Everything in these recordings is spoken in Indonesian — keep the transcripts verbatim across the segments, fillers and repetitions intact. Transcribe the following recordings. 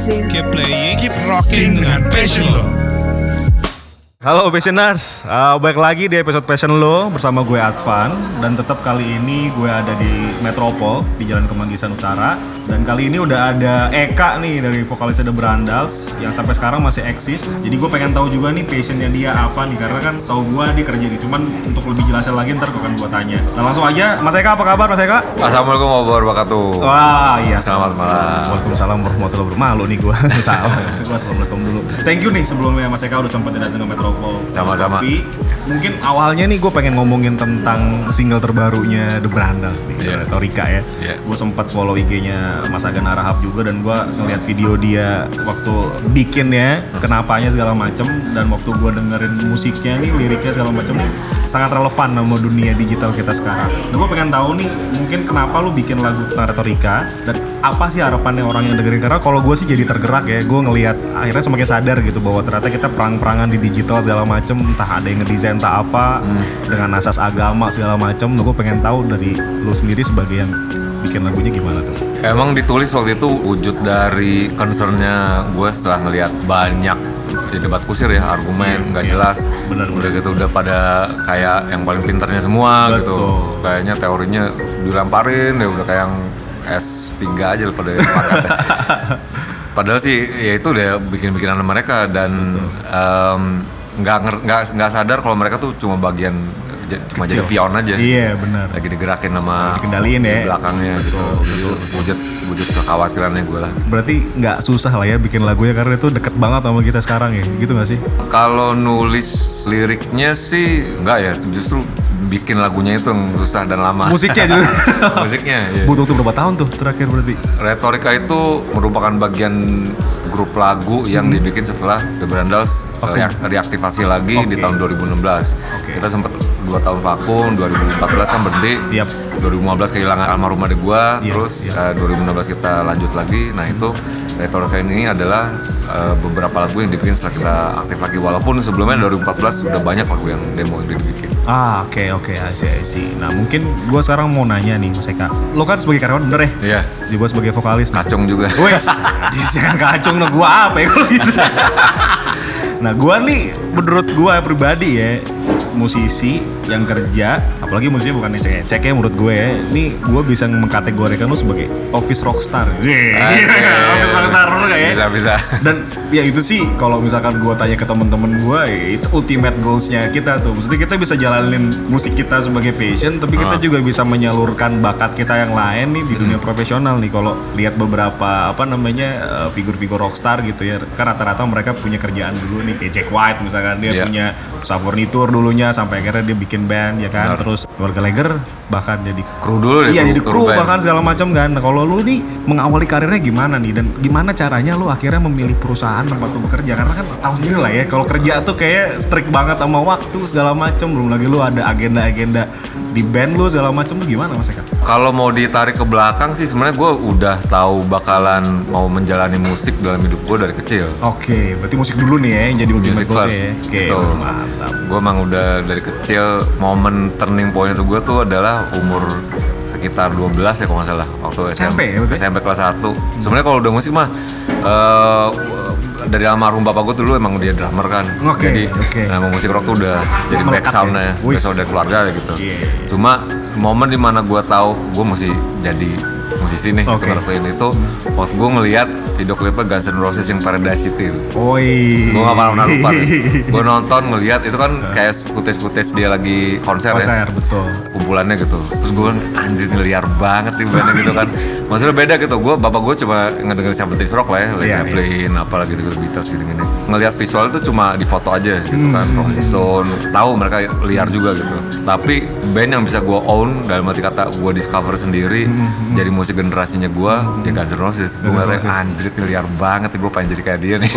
listening, keep playing, keep rocking dengan passion lo. Halo Passioners, uh, balik lagi di episode Passion Lo bersama gue Advan. Dan tetap kali ini gue ada di Metropol, di Jalan Kemanggisan Utara. Dan kali ini udah ada Eka nih dari vokalisnya The Brandals yang sampai sekarang masih eksis. Jadi gue pengen tahu juga nih passionnya dia apa nih, karena kan setahu gue dia kerja di, cuman untuk lebih jelasnya lagi ntar gue akan gue tanya. Nah langsung aja, Mas Eka apa kabar Mas Eka? Assalamualaikum warahmatullahi wabarakatuh. Wah iya, selamat malam. Waalaikumsalam warahmatullahi wabarakatuh. Malu nih gue, salah. Gue assalamualaikum dulu. Thank you nih sebelumnya Mas Eka udah sempat datang ke Metropol. Sama-sama. Tapi mungkin awalnya nih gue pengen ngomongin tentang single terbarunya The Brandals nih, yeah. Retorika ya. Yeah. Gue sempat follow I G-nya Mas Agan Arahap juga, dan gue ngeliat video dia waktu bikin ya, kenapanya segala macem, dan waktu gue dengerin musiknya nih, liriknya segala macem, sangat relevan sama dunia digital kita sekarang. Nah gue pengen tahu nih, mungkin kenapa lu bikin lagu tentang Retorika, dan apa sih harapannya orang yang dengerin, karena kalau gue sih jadi tergerak ya, gue ngelihat akhirnya semakin sadar gitu bahwa ternyata kita perang-perangan di digital segala macem, entah ada yang ngedesain entah apa, hmm. dengan asas agama segala macem. Nah gue pengen tahu dari lu sendiri sebagai yang bikin lagunya gimana tuh? Emang ditulis waktu itu wujud dari concernnya gue setelah ngelihat banyak di debat kusir ya, argumen nggak yeah, jelas, bener, udah gitu udah pada kayak yang paling pintarnya semua. Betul. Gitu, kayaknya teorinya dilemparin ya udah kayak yang S tiga aja pada pakatnya. Padahal sih ya itu udah bikin-bikinan mereka, dan nggak um, nggak nggak sadar kalau mereka tuh cuma bagian cuma kecil. Jadi pion aja. Iya benar. Lagi digerakin sama dikendaliin ya. Di belakangnya gitu. Itu wujud wujud kekhawatirannya gue lah. Berarti nggak susah lah ya bikin lagunya, karena itu deket banget sama kita sekarang ya, gitu nggak sih? Kalau nulis liriknya sih nggak ya, justru bikin lagunya itu yang susah dan lama. Musiknya juga. Musiknya. Iya. Butuh tuh berapa tahun tuh terakhir berarti? Retorika itu merupakan bagian grup lagu yang hmm. dibikin setelah The Brandals okay. re- reaktivasi lagi okay. di tahun dua ribu enam belas. Okay. Kita sempat dua tahun vakum, dua ribu empat belas kan berhenti, yep. dua ribu lima belas kehilangan almarhum adik gua, yep. terus yep. Uh, dua ribu enam belas kita lanjut lagi. Nah itu Retorika ini adalah uh, beberapa lagu yang dibikin setelah kita aktif lagi, walaupun sebelumnya dua ribu empat belas udah banyak lagu yang demo yang dibikin. Ah oke okay, oke, okay. I see, I see. Nah mungkin gua sekarang mau nanya nih Mas Eka, lo kan sebagai karyawan bener ya? Iya. Yeah. Jadi gua sebagai vokalis. Kacung juga. Wes, jangan kacung no gua apa ya kalau gitu. Nah gua nih menurut gua pribadi ya, musisi yang kerja, apalagi musisinya bukan cek-cek ya menurut gue ya, ini gue bisa mengkategorikan lu sebagai office rockstar. Yeah. Yeah. Office rockstar lu gak ya? Bisa bisa. Dan ya itu sih kalau misalkan gue tanya ke temen-temen gue, ya, itu ultimate goalsnya kita tuh. Maksudnya kita bisa jalanin musik kita sebagai passion, tapi kita oh. juga bisa menyalurkan bakat kita yang lain nih di dunia hmm. profesional nih. Kalau lihat beberapa apa namanya uh, figur-figur rockstar gitu ya, kan rata-rata mereka punya kerjaan dulu nih, kayak Jack White misalkan dia yeah. punya usaha furnitur dulunya sampai akhirnya dia bikin band ya kan. Benar. Terus keluarga Lager bahkan jadi kru dulu deh. Iya jadi kru bahkan segala macam kan. Nah, kalau lu nih mengawali karirnya gimana nih, dan gimana caranya lu akhirnya memilih perusahaan tempat lu bekerja, karena kan tahu sendiri lah ya kalau kerja tuh kayak strict banget sama waktu segala macam, belum lagi lu ada agenda-agenda di band lu segala macam. Lu gimana Mas Eka? Kalau mau ditarik ke belakang sih sebenarnya gue udah tahu bakalan mau menjalani musik dalam hidup gue dari kecil. Oke, okay, berarti musik dulu nih ya yang jadi ultimate goals ya. Oke, okay, mantap. Gue emang udah dari kecil, momen turning point itu gue tuh adalah umur sekitar dua belas ya kalau nggak salah, waktu S M P, S M P kelas satu. Hmm. Sebenarnya kalau udah musik mah uh, dari almarhum bapak gue dulu emang dia drummer kan. Okay, jadi okay. Nah, musik rock tuh udah jadi back soundnya, ya? back sound dari keluarga gitu. Yeah. Cuma momen dimana gue tahu gue mesti jadi musisi nih, okay. ngelakuin itu waktu gue ngelihat video klipnya Guns N' Roses yang Paradise City. Oi. Gue gak pernah lupa. Gue nonton ngelihat itu kan kayak footage-footage dia lagi konser, konser ya. Konser betul. Kumpulannya gitu. Terus gue anjir nih liar banget nih bandnya gitu kan. Maksudnya beda gitu. Gue bapak gue cuma ngedengerin seventies rock lah ya, Led yeah, Zeppelin, yeah. apalah gitu gitu Beatles gitu-gitu. Ngelihat visual itu cuma di foto aja gitu hmm. kan. Rolling Stone. Tahu mereka liar juga gitu. Tapi band yang bisa gue own dalam arti kata gue discover sendiri hmm. jadi musik generasinya gue hmm. ya Guns N' Roses. Gue ngeliat anjir liar banget, gue pengen jadi kayak dia nih.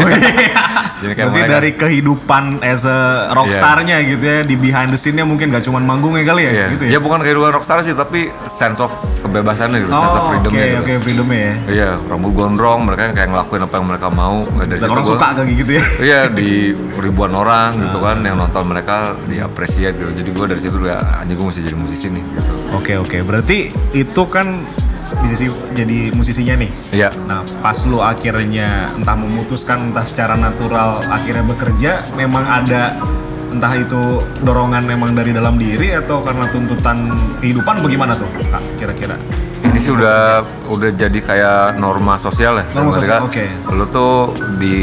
Jadi kayak berarti dari kehidupan as a rockstarnya yeah. gitu ya, di behind the scene-nya mungkin gak cuma manggungnya kali ya, yeah. gitu ya? Ya bukan kehidupan rockstar sih, tapi sense of kebebasannya gitu, oh, sense of freedomnya okay, gitu. Oke, okay, freedomnya ya? Iya, rambut gondrong, mereka kayak ngelakuin apa yang mereka mau. Dari dan orang gua, suka kayak gitu ya? Iya, di ribuan orang gitu kan, yang nonton mereka di-appreciate gitu. Jadi gue dari situ ya, anjing gue mesti jadi musisi nih gitu. Oke, okay, oke, okay. Berarti itu kan di sisi jadi musisinya nih. Iya. Nah, pas lu akhirnya entah memutuskan entah secara natural akhirnya bekerja, memang ada entah itu dorongan memang dari dalam diri atau karena tuntutan kehidupan bagaimana tuh, Kak, kira-kira? Ini sih udah udah jadi kayak norma sosial ya. Norma sosial, oke. Okay. Lu tuh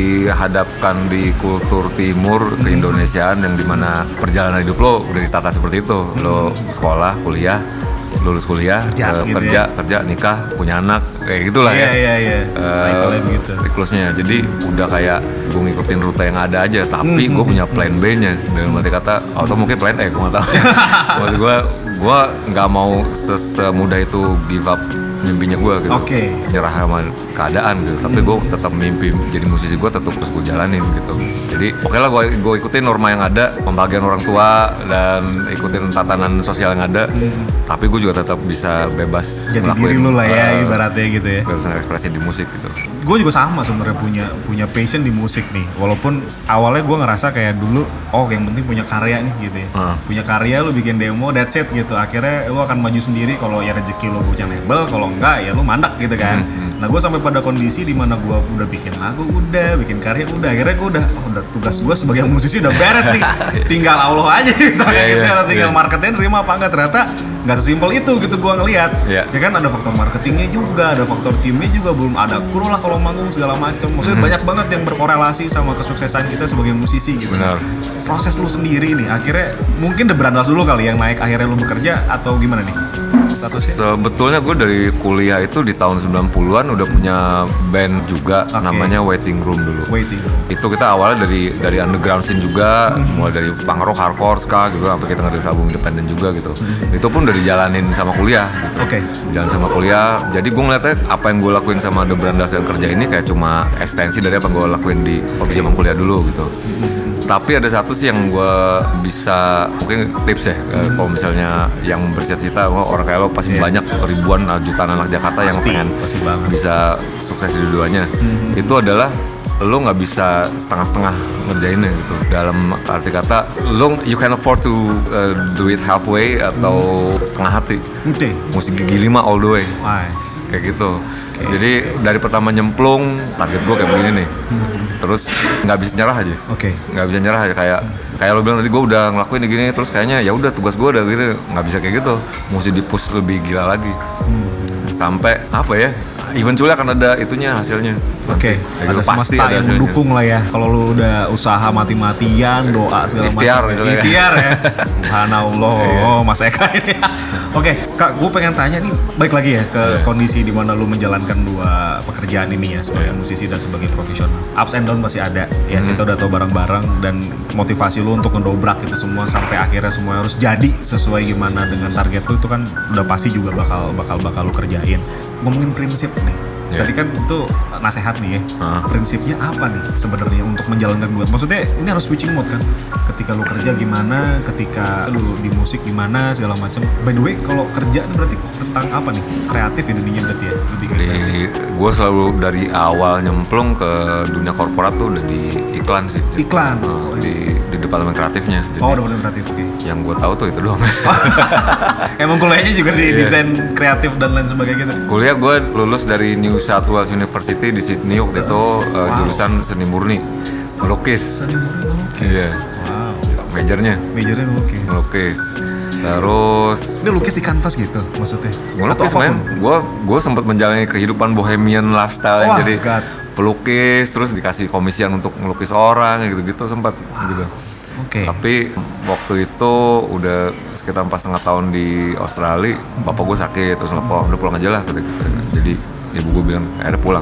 dihadapkan di kultur timur hmm. keindonesiaan yang dimana perjalanan hidup lo udah ditata seperti itu. Hmm. Lo sekolah, kuliah, lulus kuliah, kerja, gitu kerja, ya? kerja, nikah, punya anak, kayak gitulah yeah, ya. Iya iya iya. Gitu. Siklusnya. Jadi udah kayak gue ngikutin rute yang ada aja, tapi hmm. gue punya plan B-nya. Dalam arti kata, atau mungkin plan A, gue nggak tahu. Maksud gue, gue nggak mau semudah itu give up mimpinya gue gitu, okay. nyerah sama keadaan gitu. Tapi gue tetap mimpi jadi musisi gue tetap terus gue jalanin gitu. Jadi oke okay lah gue gue ikutin norma yang ada, pembagian orang tua dan ikutin tatanan sosial yang ada. Hmm. Tapi gue juga tetap bisa bebas jadi diri lu lah ya, uh, ibaratnya gitu ya. Bebas ekspresi di musik gitu. Gue juga sama sebenarnya punya punya passion di musik nih. Walaupun awalnya gue ngerasa kayak dulu, oh yang penting punya karya nih gitu ya. Uh. Punya karya, lu bikin demo, that's it gitu. Akhirnya lu akan maju sendiri kalau ya rezeki lu punya label, kalau enggak ya lu mandak gitu kan. Hmm. Nah gue sampai pada kondisi di mana gue udah bikin lagu, udah bikin karya, udah akhirnya gue udah, oh, udah tugas gue sebagai musisi udah beres nih. Tinggal Allah aja misalnya yeah, gitu yeah, ya, tinggal yeah. marketnya nerima apa enggak, ternyata nggak sesimpel itu gitu gue ngelihat. Yeah. Ya kan ada faktor marketingnya juga, ada faktor timnya juga, belum ada kru lah kalau manggung segala macam. Maksudnya hmm. banyak banget yang berkorelasi sama kesuksesan kita sebagai musisi gitu. Benar. Proses lu sendiri nih, akhirnya mungkin The Brandas dulu kali yang naik, akhirnya lu bekerja atau gimana nih statusnya? Sebetulnya gue dari kuliah itu di tahun sembilan puluhan udah punya band juga, okay. namanya Waiting Room dulu. Waiting Room. Itu kita awalnya dari dari underground scene juga, hmm. mulai dari punk rock, hardcore, ska gitu, sampai kita ngerilis album independen juga gitu. Hmm. Itu pun udah dijalanin sama kuliah gitu. Oke. Okay. Jalan sama kuliah. Jadi gue ngeliatnya apa yang gue lakuin sama The Brandas dan kerja ini kayak cuma ekstensi dari apa yang gue lakuin di waktu zaman kuliah dulu gitu. Hmm. Tapi ada satu sih yang gue bisa, mungkin tips ya, hmm. kalau misalnya yang bercita-cita, orang kayak lo pasti yeah. banyak ribuan jutaan anak Jakarta pasti, yang pengen bisa sukses di dua-duanya. Hmm. Itu adalah lo nggak bisa setengah-setengah ngerjainnya gitu. Dalam arti kata, lo you can afford to uh, do it halfway atau hmm. setengah hati. Okay. Musik gigi lima all the way. Nice. Kayak gitu. Okay. Jadi dari pertama nyemplung, target gue kayak begini nih. Hmm. Terus nggak bisa nyerah aja. Oke. Okay. Nggak bisa nyerah aja kayak kayak lo bilang tadi, gue udah ngelakuin gini, terus kayaknya ya udah tugas gue udah gitu, nggak bisa kayak gitu. Mesti di-push lebih gila lagi. Hmm. Sampai apa ya? Eventually akan ada itunya hasilnya. Oke. Okay. Ada semesta yang mendukung lah ya. Kalau lu udah usaha mati-matian, doa segala Ikhtiar, macam. Ikhtiar ya. Subhanallah, oh, Mas Eka ini. Oke, okay, Kak, gue pengen tanya nih, balik lagi ya ke yeah. kondisi di mana lu menjalankan dua pekerjaan ini ya sebagai yeah. musisi dan sebagai profesional. Ups and down masih ada. Ya mm-hmm. kita udah tahu bareng-bareng dan motivasi lu untuk ngedobrak itu semua sampai akhirnya semua harus jadi sesuai gimana dengan target lu itu kan udah pasti juga bakal bakal bakal lu kerjain. Ngomongin prinsip nih. Yeah. Tadi kan itu nasehat nih ya. Uh. Prinsipnya apa nih sebenarnya untuk menjalankan dua? Maksudnya ini harus switching mode kan. Ketika lu kerja gimana, ketika lu di musik gimana segala macam. By the way, kalau kerja itu berarti tentang apa nih? Kreatif intinya berarti ya. Lebih di gue selalu dari awal nyemplung ke dunia korporat tuh udah di iklan sih. Iklan. Uh, di di departemen kreatifnya. Jadi oh, departemen kreatif. Oke. Okay. Yang gue tahu tuh itu doang. Emang kuliahnya juga di yeah. desain kreatif dan lain sebagainya gitu. Kuliah gue lulus dari New South Wales University di Sydney waktu itu, uh, wow. jurusan seni murni, melukis. Seni murni melukis. Iya. Wow. Majornya. Majornya melukis. Melukis. Terus. Dia lukis di kanvas gitu maksudnya? Melukis men. Gue gue sempat menjalani kehidupan bohemian lifestyle, oh, jadi God. pelukis, terus dikasih komisian untuk melukis orang gitu-gitu sempat wow. gitu. Oke. Okay. Tapi waktu itu udah sekitar empat setengah tahun di Australia, bapak gue sakit, terus lepas, udah pulang aja lah gitu. Jadi ibu gue bilang, akhirnya pulang.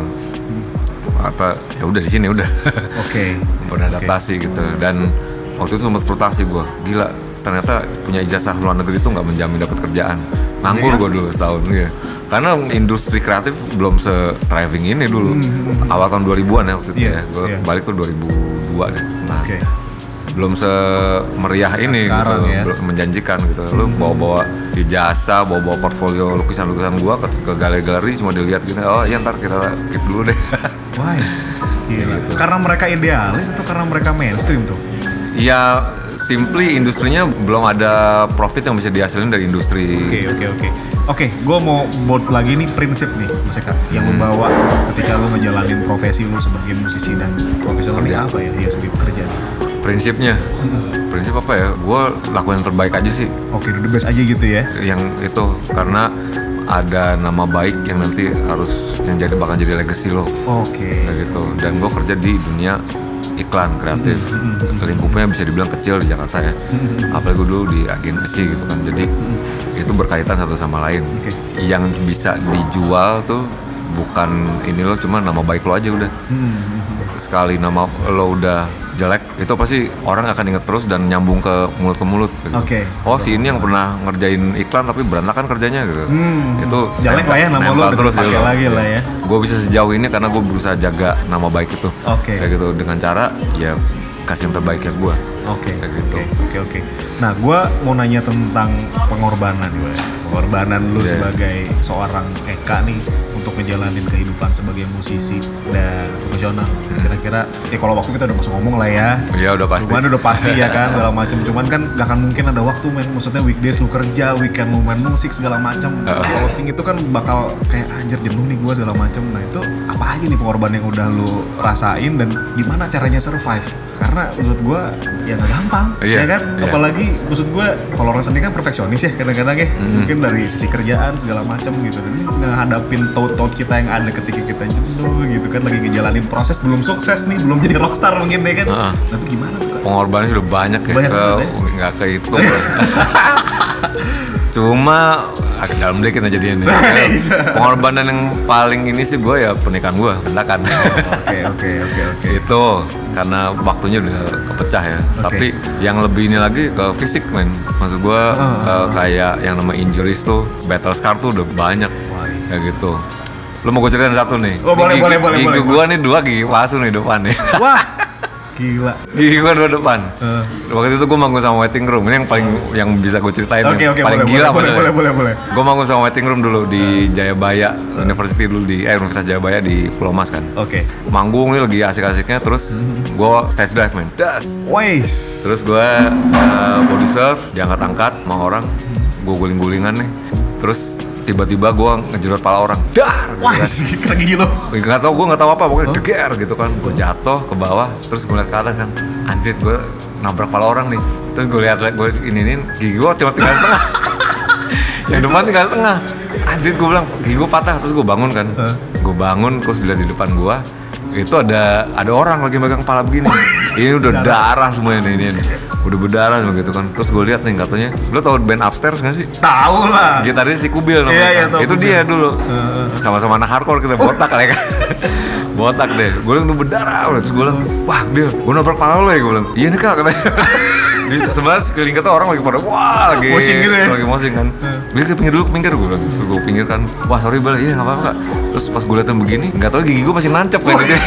Apa? Ya udah di sini udah. Oke. Okay. Beradaptasi okay. gitu. Dan waktu itu sempat frustasi gue, gila. Ternyata punya ijazah luar negeri itu nggak menjamin dapat kerjaan. Nganggur gue dulu setahun gitu. Karena industri kreatif belum se-thriving ini dulu. Hmm. Awal tahun dua ribuan ya waktu itu yeah, ya. Gue yeah. balik tuh dua ribu dua deh. Nah, okay. belum semeriah ini gitu, ya. belum menjanjikan gitu. Lu bawa-bawa ijazah, bawa-bawa portfolio lukisan-lukisan gua ke, ke galeri-galeri cuma dilihat gitu. Oh iya ntar kita keep dulu deh. Why? Gila. Gitu. Karena mereka idealis atau karena mereka mainstream tuh? Iya, simply industrinya belum ada profit yang bisa dihasilin dari industri. Oke oke oke. Oke, gue mau buat lagi nih prinsip nih, Mas Eka, yang lu bawa ketika lu ngejalanin profesi lu sebagai musisi dan profesional ini apa ya? Ya sebagai pekerjaan. Prinsipnya, prinsip apa ya? Gue lakuin yang terbaik aja sih. Oke, do the best aja gitu ya. Yang itu karena ada nama baik yang nanti harus yang jadi bakal jadi legacy lo. Oke. Kayak gitu. Dan gue kerja di dunia iklan kreatif. Lingkupnya bisa dibilang kecil di Jakarta ya. Apalagi gue dulu di agensi gitu kan. Jadi itu berkaitan satu sama lain. Okay. Yang bisa dijual tuh bukan ini lo, cuma nama baik lo aja udah. Sekali nama lo udah jelek, itu pasti orang akan inget terus dan nyambung ke mulut ke mulut gitu. Oke. Oh si ini yang pernah ngerjain iklan tapi berantakan kerjanya gitu. Hmm. Itu jelek lah ya nama lo terus pakai gitu. lagi lah ya. Gue bisa sejauh ini karena gue berusaha jaga nama baik itu. Oke. Kayak gitu dengan cara ya kasih yang terbaik ya gue. Oke. Kayak gitu. Oke oke oke. Nah, gue mau nanya tentang pengorbanan gue. Pengorbanan lu Yeah. sebagai seorang Eka nih untuk ngejalanin kehidupan sebagai musisi dan profesional. Kira-kira ya kalau waktu kita udah masuk ngomong lah ya. Iya udah pasti. Cuman udah pasti ya kan segala macam. Cuman kan gak akan mungkin ada waktu main, maksudnya weekdays lu kerja, weekend lu main musik segala macam. Uh. Posting itu kan bakal kayak anjir jenuh nih gue segala macam. Nah itu apa aja nih pengorbanan yang udah lu rasain dan gimana caranya survive? Karena menurut gue ya nggak gampang, Iya, ya kan? iya. Apalagi maksud gue kalau orang seni kan perfeksionis ya kadang-kadang ya. Mm-hmm. Mungkin dari sisi kerjaan segala macam gitu. Dan ini ngehadapin thought-thought kita yang ada ketika kita jenuh gitu kan, lagi ngejalanin proses belum sukses nih, belum jadi rockstar mungkin ya kan. Uh-uh. Nah itu gimana tuh kan? Pengorbanannya sudah banyak ya, Banyak ke, banget nggak kehitung. Cuma agak dalam dikit aja dia nih. Pengorbanan yang paling ini sih gue ya pernikahan gue, bedakan. Oke oke oke oke. Itu karena waktunya udah kepecah ya. Oke. Tapi yang lebih ini lagi ke fisik men. Maksud gue Oh, uh, kayak yang nama injuries tuh, battle scar tuh udah banyak. Wah, Kayak gitu. Lo mau gue ceritain satu nih? Oh, boleh, Gigi- boleh, boleh, Gigi boleh. gue nih dua gigi palsu nih depan nih. Wah gila. Gigi gue dua depan. Uh. Waktu itu gue manggung sama waiting room. Ini yang paling yang bisa gue ceritain. Oke yang oke paling boleh gila boleh boleh boleh boleh. Gue manggung sama waiting room dulu di Jayabaya University dulu di eh Universitas Jayabaya di Pulau Mas kan. Oke. Manggung nih lagi asik-asiknya terus gue stage dive men. Das. Wais. Terus gue uh, body surf, diangkat-angkat sama orang, gue guling-gulingan nih. Terus tiba-tiba gue ngejerot pala orang, dar. Wah sih keren gigi lo. Gak tau, gue gak tau apa, pokoknya deger gitu kan. Gue jatuh ke bawah, terus gue liat ke atas kan, anjir gue nabrak pala orang nih. Terus gue liat, gue ini-ini, gigi gue cuma tinggal setengah. Yang depan tinggal setengah. Anjir gue bilang, gigi gue patah, terus gue bangun kan. Gue bangun, terus dilihat di depan gue, itu ada ada orang lagi megang kepala begini. Ini udah darah semuanya nih, ini udah berdarah begitu kan. Terus gue lihat nih katanya, lo tau band Upstairs gak sih? Tahu lah. Gitarisnya si Kubil namanya. Iya, iya, kan. tahu Itu Kubil. dia dulu. Sama-sama anak hardcore kita botak kali kan. Botak deh. Gue bilang udah berdarah. Udah. Terus gue bilang, wah Bil, gue nabrak kepala lo ya. Gue bilang, iya nih kak katanya. Di sebenarnya sekeliling kita orang lagi pada wah lagi Moshing gitu ya? lagi moshing kan. Bil kita pinggir dulu, pinggir gue bilang. Terus gue pinggir kan. Wah sorry Bil, iya nggak apa-apa kak. Terus pas gue liatin begini, nggak tahu gigi gue masih nancep kan gitu.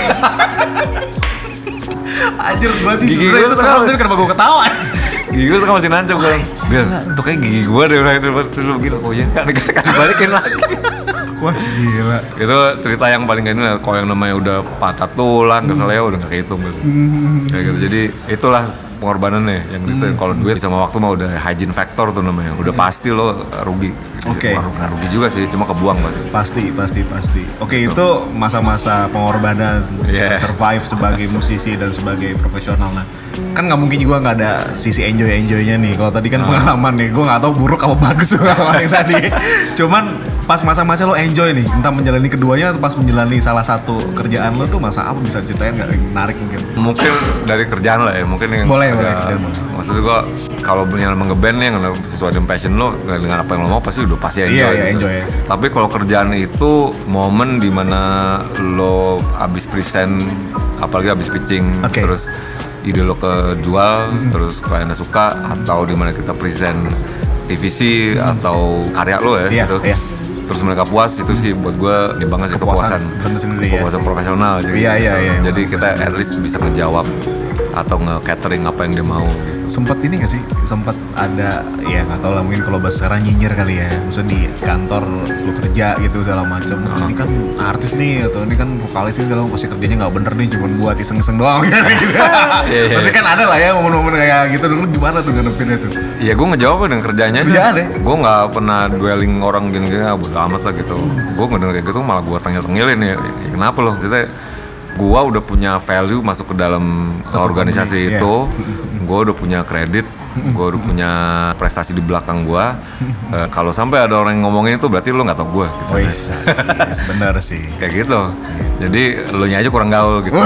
Anjir gue sih Gigi sebenernya gua itu tuh serem salah. tapi kenapa gue ketawa? Gigi gue sekarang masih nancep gue bilang, Bil, itu kayak gigi gue deh bilang itu. Terus lu begini, oh iya kak, kan dibalikin lagi. Wah gila. Itu cerita yang paling gak ini lah, kalau yang namanya udah patah tulang, keseleo udah gak kehitung gitu. Kayak gitu, jadi itulah pengorbanannya yang gitu. Kalau duit sama waktu mah udah hygiene factor tuh namanya, udah pasti lo rugi. Oke. Nggak rugi, nggak rugi juga sih, cuma kebuang pasti. Pasti, pasti, pasti. Oke, itu masa-masa pengorbanan, Yeah. survive sebagai musisi dan sebagai profesional. Nah, kan nggak mungkin juga nggak ada sisi enjoy-enjoynya nih. Kalau tadi kan pengalaman nih, gue nggak tahu buruk apa bagus pengalaman yang tadi. Cuman pas masa-masa lo enjoy nih, entah menjalani keduanya atau pas menjalani salah satu kerjaan lo tuh masa apa bisa ceritain nggak yang menarik mungkin? Mungkin dari kerjaan lah ya, mungkin yang Boleh, agak- boleh, kerjaan boleh. Maksudnya gue kalau yang nge-band nih, yang sesuai dengan passion lo, dengan apa yang lo mau pasti udah pasti enjoy. Iya, iya, gitu. enjoy ya. Tapi kalau kerjaan itu momen dimana lo abis present, apalagi abis pitching, Oke. terus ide lo kejual, terus kliennya suka, atau dimana kita present T V C atau karya lo ya, Iya, gitu. iya. Terus mereka puas, itu sih buat gue ini banget sih Kepuasan, kepuasan, bener sendiri ya. kepuasan profesional. Jadi, Iya, iya, iya. Jadi kita at least bisa ngejawab atau nge-catering apa yang dia mau gitu. sempat ini gak sih? Sempat ada ya nggak tahu lah, mungkin kalau bahasa sekarang nyinyir kali ya. Maksudnya di kantor lu kerja gitu segala macam. Oh, ini kan artis nih atau ini kan vokalis segala macam, pasti kerjanya nggak bener nih, cuma buat iseng-iseng doang gitu. Pasti kan ada lah ya momen-momen kayak gitu. Dulu gimana tuh ngadepinnya tuh? Ya gue ngejawab dengan kerjanya aja. Kerjaan ya? Gue nggak pernah dwelling orang gini-gini, ah bodo amat lah gitu. Gue ngedenger kayak gitu malah gue tengil-tengilin ya. Ya kenapa loh? Maksudnya gue udah punya value masuk ke dalam Satu organisasi company, itu. yeah. Gue udah punya kredit. Gue udah punya prestasi di belakang gue. Uh, Kalau sampai ada orang yang ngomongin itu berarti lo nggak tau gue. Gitu. Oh iya, benar sih. Kayak gitu. Jadi lo nya aja kurang gaul gitu.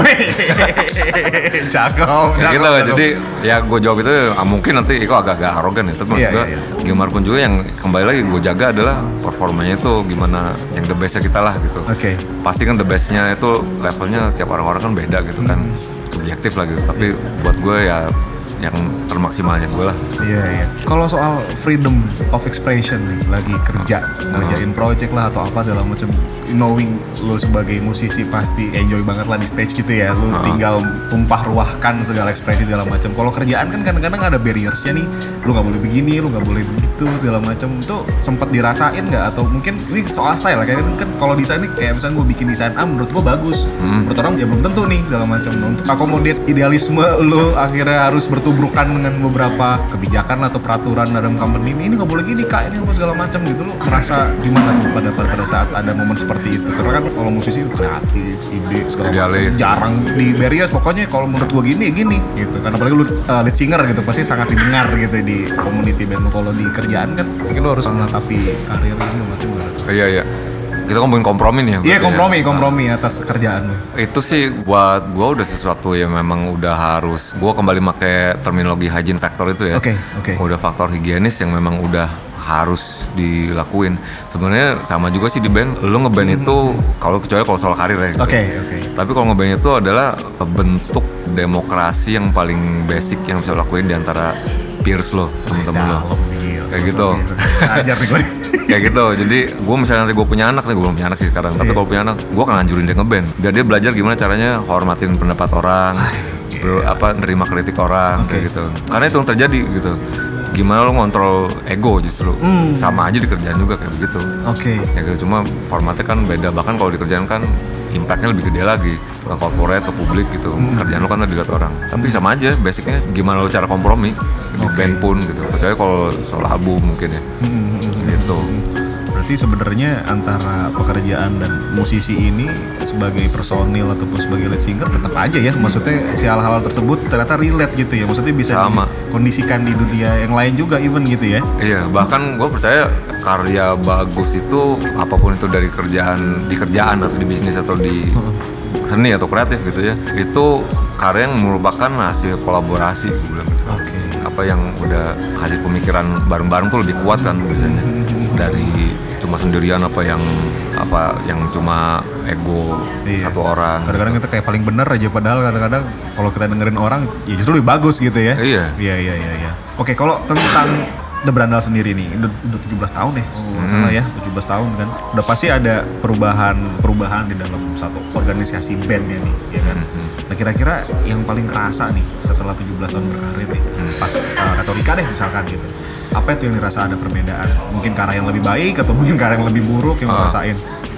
Cakep. Kayak gitu. Jadi ya gue jawab itu ah, mungkin nanti kok agak-agak arogan ya. Tapi maksud Iya, gue iya, iya. gimana pun juga yang kembali lagi gue jaga adalah performanya itu gimana yang the bestnya kita lah gitu. Oke. Pasti kan the bestnya itu levelnya tiap orang-orang kan beda gitu kan. Subjektif lah gitu. Tapi buat gue ya yang termaksimalnya gue lah. Iya iya. Kalau soal freedom of expression nih, lagi kerja, ngerjain project lah atau apa segala macam, knowing lo sebagai musisi pasti enjoy banget lah di stage gitu ya. Lo Uh-huh. tinggal tumpah ruahkan segala ekspresi segala macam. Kalau kerjaan kan kadang-kadang ada barriersnya nih. Lo nggak boleh begini, lo nggak boleh begitu segala macam. Itu sempat dirasain nggak? Atau mungkin ini soal style lah. Kayak kan kalau desain nih, kayak misalnya gue bikin desain A, menurut gue bagus. Hmm. Menurut orang ya belum tentu nih segala macam. Untuk akomodir idealisme lo akhirnya harus bertubrukan dengan beberapa kebijakan atau peraturan dalam company ini, ini nggak boleh gini kak, ini apa segala macam gitu. Lo merasa gimana tuh pada pada saat ada momen seperti itu? Karena kan kalau musisi kreatif, ide segala macam Idealis. jarang di barriers. Pokoknya kalau menurut gua gini ya gini gitu. Karena apalagi lu uh, lead singer gitu pasti sangat didengar gitu di community band. Kalau di kerjaan kan mungkin lo harus menatapi karir ini macam gitu. Iya iya. Kita ngomongin kompromi nih ya. Iya berarti kompromi, ya. kompromi atas kerjaan lo. Itu sih buat gue udah sesuatu yang memang udah harus. Gue kembali pakai terminologi hygiene factor itu ya. Oke, oke. Udah faktor higienis yang memang udah harus dilakuin. Sebenarnya sama juga sih di band. Lu ngeband itu kalau kecuali kalau soal karir ya. gitu. Oke, oke. Tapi kalau ngeband itu adalah bentuk demokrasi yang paling basic yang bisa lo lakuin di antara peers lo, temen-temen lo. Dalam gila, Kayak gitu. Ajar nih gue. Kayak gitu, jadi gue misalnya nanti gue punya anak nih, gue belum punya anak sih sekarang. Tapi Iya. kalau punya anak, gue akan nganjurin dia ngeband. Biar dia belajar gimana caranya hormatin pendapat orang, ber, apa nerima kritik orang, Oke. kayak gitu. Karena itu yang terjadi gitu. Gimana lo ngontrol ego justru, Hmm. sama aja di kerjaan juga kayak begitu. Oke. Ya gitu, cuma formatnya kan beda. Bahkan kalau di kerjaan kan impactnya lebih gede lagi ke corporate, ke publik gitu. Hmm. Kerjaan lo kan dilihat orang. Tapi sama aja, basicnya gimana lo cara kompromi di Oke. band pun gitu. Kecuali kalau soal album mungkin ya. Gitu. Berarti sebenarnya antara pekerjaan dan musisi ini sebagai personil ataupun sebagai lead singer tetap aja ya, maksudnya si hal-hal tersebut ternyata relate gitu ya, maksudnya bisa Sama. dikondisikan di dunia yang lain juga even gitu ya. Iya, bahkan gue percaya karya bagus itu apapun itu dari kerjaan di kerjaan atau di bisnis atau di seni atau kreatif gitu ya, itu karya yang merupakan hasil kolaborasi gue bilang gitu. Oke. Apa yang udah hasil pemikiran bareng-bareng tuh lebih kuat kan biasanya dari cuma sendirian apa yang apa yang cuma ego Iya. satu orang. Kadang-kadang kita kayak paling bener aja, padahal kadang-kadang kalau kita dengerin orang ya justru lebih bagus gitu ya. Iya. Iya iya iya. iya. Oke, kalau tentang The Brandal sendiri nih, udah, udah tujuh belas tahun ya, oh nggak salah ya, tujuh belas tahun kan. Udah pasti ada perubahan-perubahan di dalam satu organisasi bandnya nih, ya kan. Nah kira-kira yang paling kerasa nih setelah tujuh belas tahun berkarir nih, pas uh, Katorika deh misalkan gitu. Apa itu yang dirasa ada perbedaan? Mungkin ke arah yang lebih baik atau mungkin ke arah yang lebih buruk yang lo Ah. rasain?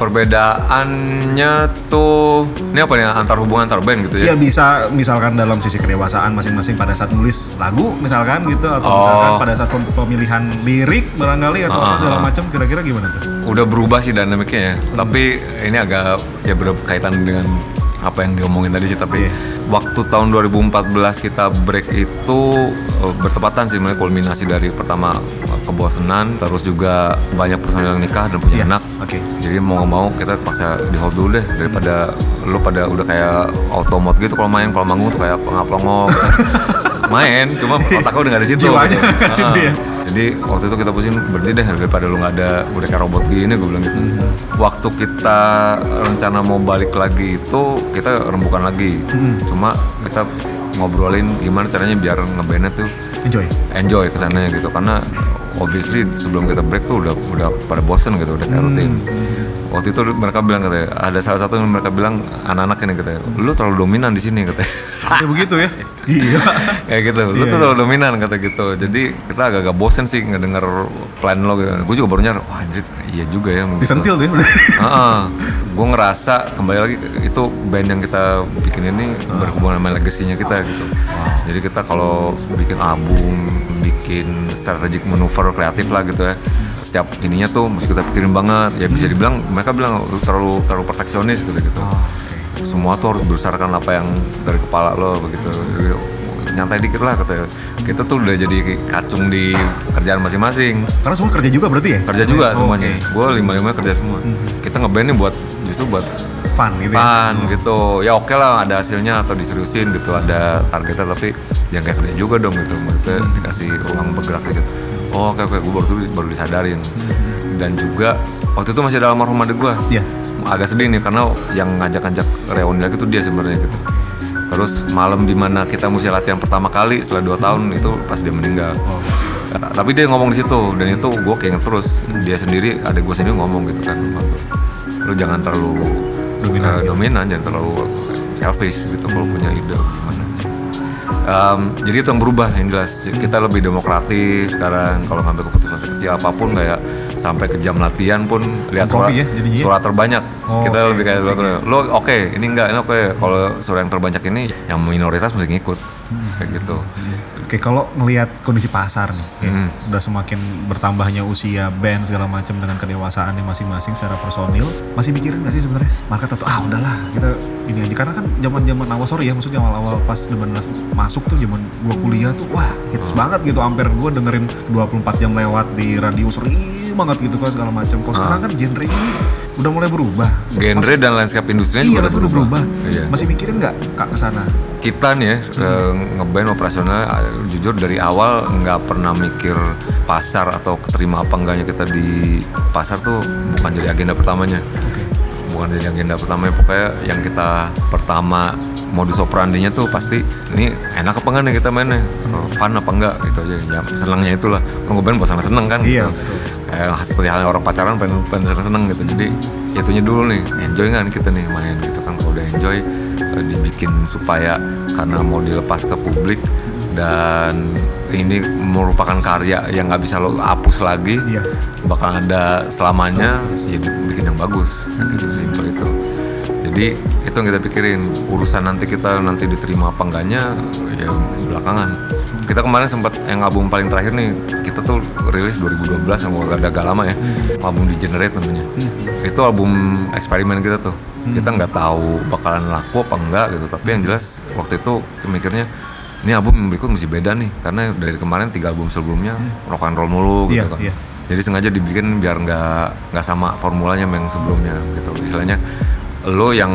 Perbedaannya tuh ini apa nih antar hubungan antar band gitu ya? Ya bisa misalkan dalam sisi kedewasaan masing-masing pada saat nulis lagu misalkan gitu, atau Oh. misalkan pada saat pem- pemilihan lirik barangkali atau Ah, apa segala ah. macam, kira-kira gimana tuh? Udah berubah sih dinamiknya ya. Tapi ini agak ya berkaitan dengan apa yang diomongin tadi sih. Tapi Iya. waktu tahun dua ribu empat belas kita break itu uh, bertepatan sih sebenarnya kulminasi dari pertama uh, kebosanan, terus juga banyak personil yang nikah dan punya Iya. anak. Oke. Jadi mau nggak mau kita paksa di hold dulu deh daripada lo pada udah kayak auto mode gitu kalau main, kalau manggung tuh kayak pelongok main, cuma otaknya udah nggak di situ. Jiwanya gitu. nggak di situ Ah. ya. Jadi waktu itu kita pusing berhenti deh daripada lu nggak ada udah kayak robot gini, gue bilang gitu. Waktu kita rencana mau balik lagi itu kita rembukan lagi, cuma kita ngobrolin gimana caranya biar ngebandnya tuh Enjoy. enjoy kesananya gitu, karena obviously sebelum kita break tuh udah udah pada bosen gitu, udah kayak rutin. Waktu itu mereka bilang katanya, ada salah satu yang mereka bilang anak-anak ini katanya, lu terlalu dominan di sini katanya. Sampai begitu ya? Iya. Kayak gitu, lu Iya, tuh iya. terlalu dominan kata gitu. Jadi kita agak-agak bosen sih ngedenger plan lo gitu. Gue juga baru nyadar, wah anjir, iya juga ya. Disentil tuh ya? Heeh. Gue ngerasa kembali lagi itu band yang kita bikin ini berhubungan sama legasinya kita gitu. Jadi kita kalau bikin album, bikin strategic maneuver kreatif lah gitu ya. Setiap ininya tuh mesti kita pikirin banget. Ya bisa dibilang mereka bilang lu terlalu terlalu perfeksionis gitu gitu. Oh, okay. Semua tuh harus berdasarkan apa yang dari kepala lo begitu. Nyantai dikit lah katanya. Kita tuh udah jadi kacung di kerjaan masing-masing. Karena semua kerja juga berarti ya? Kerja juga Oh, semuanya. okay. Gue lima-lima kerja semua. Kita ngeband nih buat justru buat Fun gitu fun ya? gitu. Ya oke lah ada hasilnya atau diseriusin gitu, ada targetnya, tapi jangan kayak kerja juga dong gitu. Maksudnya dikasih ruang bergerak gitu. Oh oke oke, gue baru baru disadarin. Dan juga waktu itu masih ada almarhum adik gue. Iya. Agak sedih nih karena yang ngajak-ngajak reuni lagi tuh dia sebenarnya gitu. Terus malam dimana kita mesti latihan pertama kali setelah dua tahun itu pas dia meninggal. Oh. Nah, tapi dia ngomong di situ dan itu gue keinget terus. Dia sendiri, adik gue sendiri ngomong gitu kan, lu jangan terlalu Dominan. uh, dominan, jangan terlalu selfish gitu kalau punya ide gimana. Um, jadi itu yang berubah yang jelas. Jadi kita lebih demokratis sekarang kalau ngambil keputusan sekecil apapun, kayak sampai ke jam latihan pun lihat surat, Kompromi ya, jadinya? surat terbanyak. Oh, kita okay. lebih kayak surat terbanyak. Lo oke, okay, ini enggak, ini oke. Okay. Kalau surat yang terbanyak ini, yang minoritas mesti ngikut. Hmm. Kayak gitu. Oke, kalau ngelihat kondisi pasar nih, kayak Hmm. udah semakin bertambahnya usia band segala macam dengan kedewasaannya masing-masing secara personil, masih mikirin nggak sih sebenarnya market atau ah udahlah kita ini aja, karena kan zaman-zaman awal sorry ya maksudnya awal-awal pas benar masuk tuh zaman gua kuliah tuh wah hits Hmm. banget gitu, hampir gua dengerin dua puluh empat jam lewat di radio sering banget gitu kan segala macam. Kalau sekarang kan genre ini udah mulai berubah. Genre dan landscape industrinya Iya, juga udah berubah. Iya. Masih mikirin nggak kak kesana? Kita nih ya, hmm. ngeband operasional jujur dari awal nggak pernah mikir pasar atau keterima apa enggaknya kita di pasar tuh bukan jadi agenda pertamanya. Bukan jadi agenda pertamanya, pokoknya yang kita pertama modus operandinya tuh pasti ini enak apa enggak nih kita mainnya, fun apa enggak gitu aja. Ya senangnya itulah, orang ngeband bosan seneng kan. Iya, gitu. Kayak seperti halnya orang pacaran pengen, pengen seneng-seneng gitu. Jadi itunya dulu nih, enjoy nggak kita nih main gitu kan. Kalau udah enjoy, eh, dibikin supaya karena mau dilepas ke publik dan ini merupakan karya yang nggak bisa lo hapus lagi, Iya. bakal ada selamanya, ya bikin yang bagus, kayak gitu simpel itu. Jadi itu yang kita pikirin, urusan nanti kita nanti diterima apa enggaknya ya belakangan. Kita kemarin sempat yang album paling terakhir nih, kita tuh rilis dua ribu dua belas yang agak agak lama ya, album Degenerate namanya. Itu album eksperimen kita tuh. Kita nggak tahu bakalan laku apa enggak gitu, tapi yang jelas waktu itu mikirnya ini album yang berikut mesti beda nih, karena dari kemarin tiga album sebelumnya rock and roll mulu gitu Iya, kan. iya. Jadi sengaja dibikin biar nggak nggak sama formulanya yang sebelumnya gitu. Istilahnya lo yang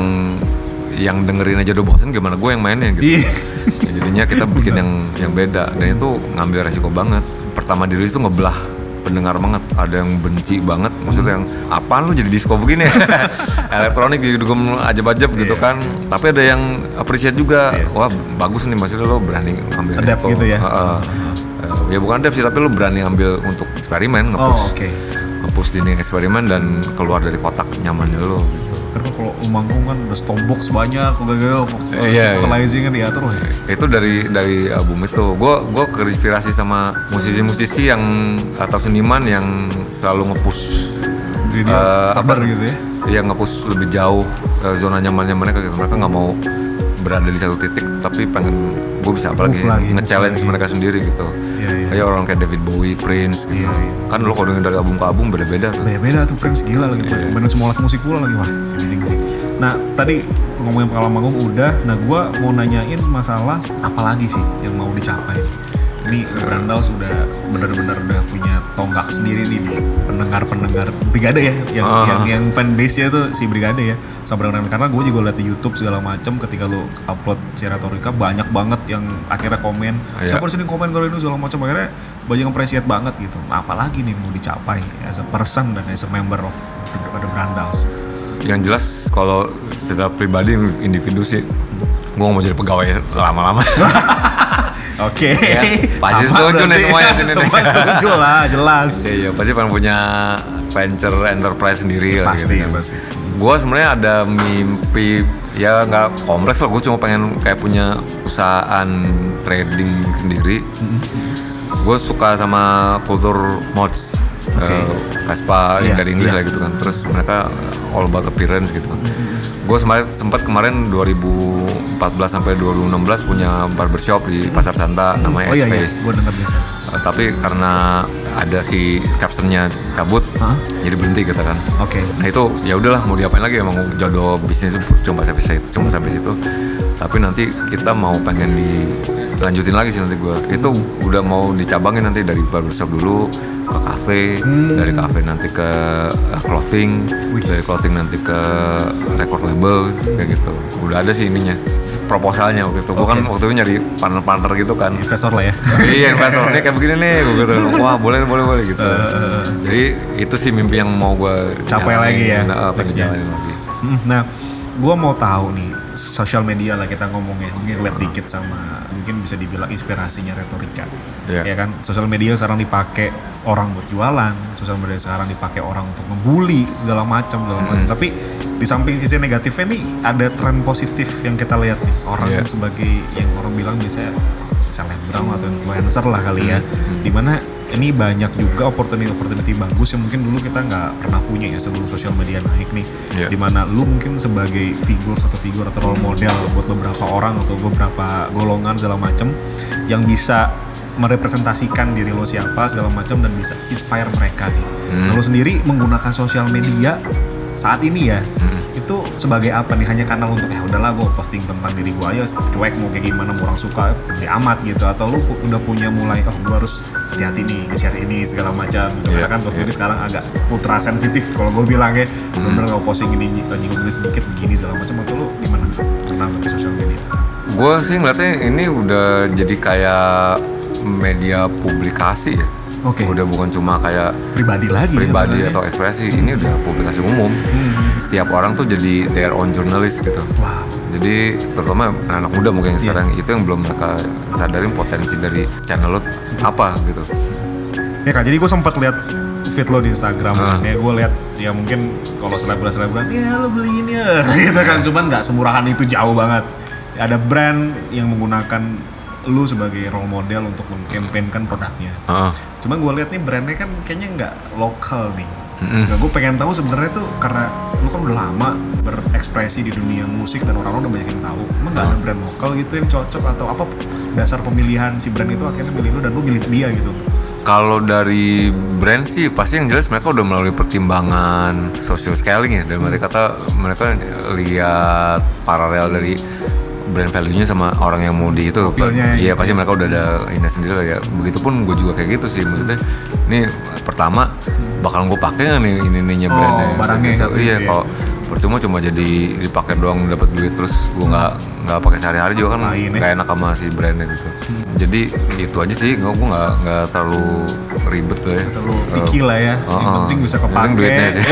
yang dengerin aja udah bosen, gimana gue yang mainnya gitu. Iya. Ya, jadinya kita bikin yang yang beda dan itu ngambil resiko banget. Pertama dirilis tuh ngebelah pendengar banget, ada yang benci banget, maksudnya yang apaan lu jadi disco begini elektronik didugem ajab-ajab gitu kan, tapi ada yang appreciate juga, wah bagus nih, maksudnya lo berani ngambil Adapt resiko gitu ya. uh, uh, uh, ya bukan adapt sih, tapi lo berani ambil untuk eksperimen, nge-push Oh, oke. nge-push dinding eksperimen dan keluar dari kotak nyamannya lo gitu. Karena kalau lu manggung kan udah stompbox banyak, udah Iya, vocalizing kan diatur. Itu dari dari album itu gue gue terinspirasi sama musisi-musisi yang atau seniman yang selalu nge-push Jadi dia uh, sabar apa, gitu ya. iya nge-push lebih jauh uh, zona nyamannya mereka gitu. Mereka nggak mau berada di satu titik, tapi pengen gue bisa apa lagi, Move lagi, nge-challenge move lagi. mereka sendiri gitu. Iya, iya. Kayak orang kayak David Bowie, Prince gitu. Iya, iya. Kan lo kalau denger dari album ke album beda-beda tuh. Beda-beda tuh Prince, gila lagi. Iya. Mainin semua alat musik pula lagi, wah anjing sih. Nah tadi ngomongin pengalaman manggung udah, nah gue mau nanyain masalah apa lagi sih yang mau dicapai nih? Ini Brandaus udah bener-bener udah punya tonggak sendiri nih di pendengar-pendengar Brigade ya, yang Ah. yang, yang fanbase-nya tuh si Brigade ya. Sama bener-bener, karena gue juga liat di YouTube segala macam ketika lo upload Seratorika banyak banget yang akhirnya komen, Iya. siapa di sini komen kalau ini segala macam, akhirnya banyak yang appreciate banget gitu. Nah, apalagi nih mau dicapai as a person dan as a member of the Brandaus. Yang jelas kalau secara pribadi individu sih, gue gak mau jadi pegawai lama-lama. Oke. Ya, pasti Sama setuju nih berarti. semuanya sini nih. Semua setuju lah, jelas. Iya, iya, pasti pengen punya venture enterprise sendiri lah Pasti, gitu. pasti. Gue sebenarnya ada mimpi ya nggak kompleks lah, gue cuma pengen kayak punya perusahaan trading sendiri. Gue suka sama kultur mods, Okay. uh, Vespa yang Iya, dari Inggris iya. lah gitu kan. Terus mereka all about appearance gitu kan. Gue sempat sempat kemarin dua ribu empat belas sampai dua ribu enam belas punya barbershop di Pasar Santa namanya Oh iya iya, S-Face. gue dengar biasa. Uh, tapi karena ada si captionnya cabut, Hah? jadi berhenti gitu kan. Oke. Nah itu ya udahlah, mau diapain lagi, emang jodoh bisnis itu cuma sampai situ, cuma sampai situ. Tapi nanti kita mau pengen dilanjutin lagi sih nanti gue. Itu udah mau dicabangin nanti dari barbershop dulu ke cafe, Hmm. dari cafe nanti ke uh, clothing, Wih. dari clothing nanti ke record label kayak gitu. Udah ada sih ininya. Proposalnya waktu itu. Gue kan Oke. waktu itu nyari partner-partner gitu kan. Investor lah ya. Iya, investor, ini kayak begini nih, gue gitu. Wah, boleh, boleh, boleh gitu. Jadi itu sih mimpi yang mau gue Capai lagi ya, Nah, pengen nextnya. jalanin lagi. Hmm, Nah, gue mau tahu nih, sosial media lah kita ngomongnya, mungkin lihat dikit sama mungkin bisa dibilang inspirasinya retorika. Iya. Ya kan, sosial media sekarang dipakai orang buat jualan, sosial media sekarang dipakai orang untuk ngebully segala macam, segala macam. Tapi di samping sisi negatifnya nih ada tren positif yang kita lihat nih, orang Iya. yang sebagai yang orang bilang biasanya selebgram atau influencer lah kali ya, dimana ini banyak juga opportunity-opportunity bagus yang mungkin dulu kita nggak pernah punya ya sebelum sosial media naik nih. Iya. Dimana lu mungkin sebagai figur, satu figur atau role model buat beberapa orang atau beberapa golongan segala macam yang bisa merepresentasikan diri lo siapa segala macam dan bisa inspire mereka nih. Nah, lo sendiri menggunakan sosial media saat ini ya, itu sebagai apa nih? Hanya karena untuk ya udahlah gue posting tentang diri gue aja, cuek mau kayak gimana, mau orang suka ya amat gitu, atau lu pu- udah punya mulai oh gue harus hati-hati nih share ini segala macam gitu. Iya, Karena kan gue iya. sendiri sekarang agak ultra sensitif kalau gue bilang ya, bener-bener nggak posting ini nyinggung ini sedikit begini segala macam. Atau lu gimana menanggapi sosial media sekarang? Gue sih ngeliatnya ini udah jadi kayak media publikasi ya. Oke. Udah bukan cuma kayak Pribadi lagi pribadi ya, atau ekspresi, ini udah publikasi umum. Setiap orang tuh jadi their own journalist gitu. wow. Jadi terutama anak muda mungkin yang Iya. sekarang itu yang belum mereka sadarin potensi dari channel lo apa gitu. Ya kan, jadi gue sempat lihat feed lo di Instagram Ah. kan, ya gue lihat ya mungkin kalau selebgram selebgram ya lo beli ini ya gitu kan, cuman nggak semurahan itu, jauh banget. Ada brand yang menggunakan lu sebagai role model untuk mengkampanyekan produknya. Heeh. Cuman gue lihat nih brandnya kan kayaknya nggak lokal nih. Nah, gue pengen tahu sebenarnya tuh karena lu kan udah lama berekspresi di dunia musik dan orang-orang udah banyak yang tahu. Emang nggak ada brand lokal gitu yang cocok atau apa dasar pemilihan si brand itu akhirnya milih lu dan lu milih dia gitu? Kalau dari brand sih pasti yang jelas mereka udah melalui pertimbangan social scaling ya, dan mereka kata mereka lihat paralel dari brand value-nya sama orang yang mau di itu. Profilnya Iya, gitu. pasti mereka udah ada ini sendiri lah ya. Begitupun gue juga kayak gitu sih, maksudnya ini pertama bakal gue pakai nggak nih ini ininya Oh, brandnya barangnya gitu. satu Iya, itu ya. kalau percuma cuma jadi dipakai doang dapat duit terus gue nggak nggak pakai sehari-hari juga kan Lain ya. nggak enak sama si brandnya gitu. Jadi itu aja sih, gue gue nggak nggak terlalu ribet lah ya. Terlalu picky lah ya. Yang Oh, penting bisa yang penting kepake. duitnya sih.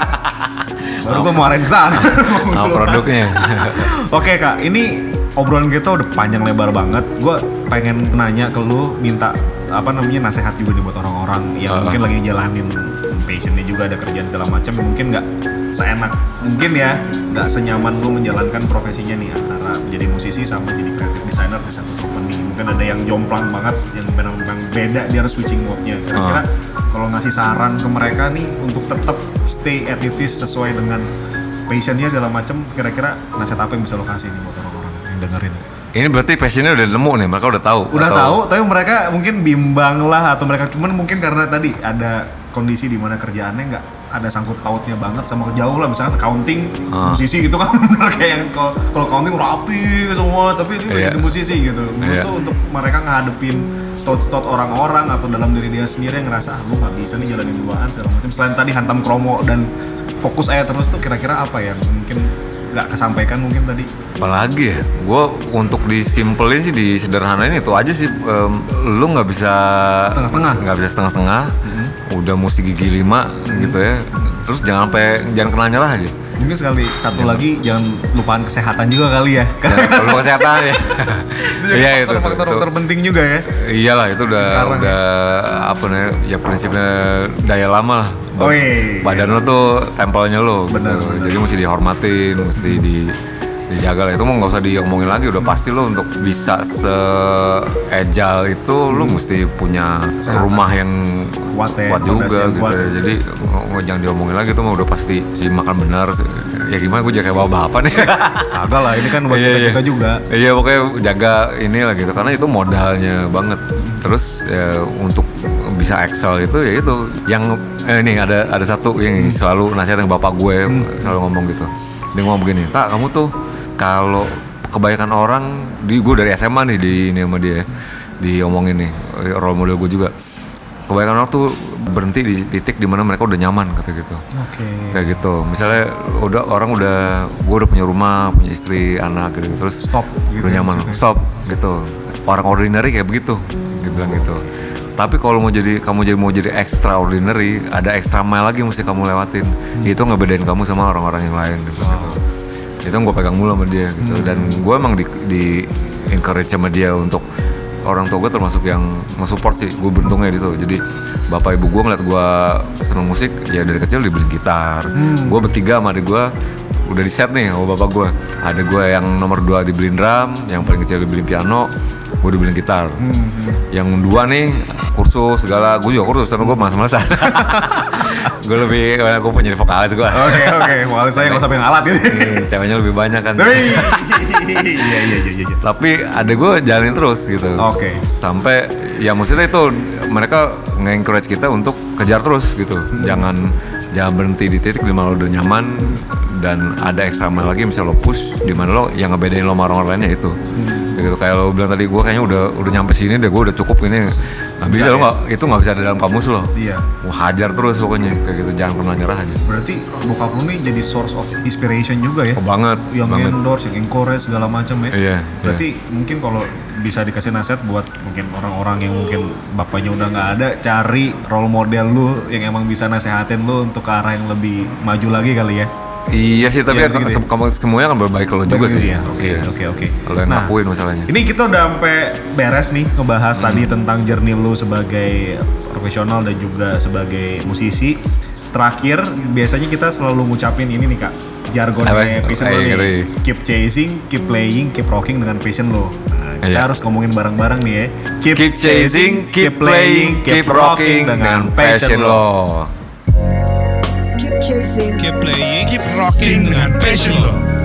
Baru gue mau arahin sana. Sama produknya. Oke kak, ini obrolan kita udah panjang lebar banget. Gue pengen nanya ke lu, minta apa namanya nasihat juga nih buat orang-orang yang Uh. mungkin lagi jalanin passionnya juga, ada kerjaan segala macam, mungkin nggak seenak mungkin ya, nggak senyaman lu menjalankan profesinya nih antara menjadi musisi sama jadi creative designer di satu company. Mungkin ada yang jomplang banget, yang memang beda, dia harus switching mode-nya. Kira-kira kalau ngasih saran ke mereka nih untuk tetap stay at it is sesuai dengan passionnya segala macam, kira-kira nasihat apa yang bisa lo kasih nih buat orang-orang yang dengerin? Ini berarti passionnya udah nemu nih, mereka udah tahu. Udah atau- tahu, tapi mereka mungkin bimbang lah, atau mereka cuman mungkin karena tadi ada kondisi di mana kerjaannya nggak ada sangkut pautnya banget sama jauh lah, misalkan accounting, Ah. musisi gitu kan bener kayak yang kalau kalau accounting rapi semua, tapi ini Iya. jadi musisi gitu. Menurut Iya. tuh untuk mereka ngadepin thoughts-thoughts orang-orang atau dalam diri dia sendiri yang ngerasa ah lu nggak bisa nih jalanin duaan segala macam, selain tadi hantam kromo dan fokus aja terus, tuh kira-kira apa yang mungkin nggak kesampaikan mungkin tadi? Apalagi ya, gue untuk disimpelin sih, disederhanain itu aja sih. Em, lu nggak bisa Setengah-setengah. nggak bisa setengah-setengah. Udah mesti gigi lima gitu ya. Terus jangan sampai jangan kena nyerah aja. Mungkin sekali satu ya. Lagi jangan lupakan kesehatan juga kali ya. Ya lupa kesehatan ya. Iya itu faktor-faktor penting juga ya. Iyalah itu udah sekarang udah ya. Apa nih ya prinsipnya daya lama lah. Oh, iya. Badan lo tuh tempelnya lo. Benar, gitu. benar. Jadi mesti dihormatin, mesti di dijaga lah. Itu mau nggak usah diomongin lagi, udah pasti lo untuk bisa se-agile itu lo mesti punya rumah yang kuat, ya, kuat juga gitu. Kuat. Jadi oh, jangan diomongin lagi tuh mah udah pasti si makan benar. Ya gimana gue jaga bawa bapak nih. Kagak lah, ini kan buat kita, kita juga. Iya pokoknya jaga inilah gitu karena itu modalnya banget. Terus ya, untuk bisa excel itu ya itu yang eh, ini ada ada satu yang hmm. selalu nasihat yang bapak gue hmm. selalu ngomong gitu. Dia ngomong begini, "Tak, kamu tuh kalau kebanyakan orang di gue dari S M A nih di ini sama dia diomongin nih role model gue juga. Kebanyakan orang tuh berhenti di titik dimana mereka udah nyaman kata gitu. Okay. Kayak gitu. Misalnya udah orang udah gue udah punya rumah, punya istri, anak gitu. Terus stop gitu, udah nyaman, gitu. Stop gitu. Orang ordinary kayak begitu. Dia bilang gitu. Tapi kalau mau jadi kamu jadi mau jadi extraordinary, ada extra mile lagi mesti kamu lewatin. Hmm. Itu ngebedain kamu sama orang-orang yang lain gitu. Wow. Itu yang gue pegang mulu sama dia gitu. Hmm. Dan gue emang di, di encourage sama dia untuk orang tua gue termasuk yang nge-support sih. Gue beruntungnya gitu. Jadi bapak ibu gue ngeliat gue seneng musik, ya dari kecil dibeliin gitar. Hmm. Gue bertiga sama adik gue udah di set nih sama bapak gue. Ada gue yang nomor dua dibeliin drum, yang paling kecil dibeliin piano, gue dibeliin gitar. Hmm. Yang dua nih kursus segala, gue juga kursus tapi gue malas-malasan. Gue lebih, gue punya di vokalis gue. Oke oke, vokalis saya nggak usah pengen alat gitu. Ceweknya lebih banyak kan. Iya iya iya iya. Tapi ada gue jalanin terus gitu. Oke. Okay. Sampai ya maksudnya itu mereka nge-encourage kita untuk kejar terus gitu. Hmm. Jangan jangan berhenti di titik dimana lo udah nyaman dan ada extra mile lagi misalnya lo push dimana lo yang ngebedain lo sama orang-orang lainnya itu. Hmm. Gitu kayak lo bilang tadi gue kayaknya udah udah nyampe sini deh, gue udah cukup ini. Nggak bisa lo nggak itu nggak bisa ada dalam kamus lo. Iya. Mau hajar terus pokoknya kayak gitu, jangan pernah nyerah aja. Berarti bokap lo nih jadi source of inspiration juga ya? Oh, banget. Yang banget. endorse, yang encourage segala macam ya. Iya. Berarti iya. mungkin kalau bisa dikasih nasihat buat mungkin orang-orang yang mungkin bapaknya udah nggak ada, cari role model lu yang emang bisa nasehatin lu untuk ke arah yang lebih maju lagi kali ya. Iya sih, tapi ya, ya, se- kamu semuanya kan berbaik kalau juga sih. Oke oke oke. Kalau yang nah, ngakuin masalahnya. Ini kita udah sampai beres nih ngebahas hmm. tadi tentang journey lu sebagai profesional dan juga sebagai musisi. Terakhir biasanya kita selalu ngucapin ini nih Kak, jargonnya passion lo nih. Keep chasing, keep playing, keep rocking dengan passion lo. Nah, kita yeah. harus ngomongin bareng-bareng nih ya. Keep, keep chasing, keep playing, keep rocking dengan passion lo. Keep chasing, keep playing, keep rocking dengan passion lo.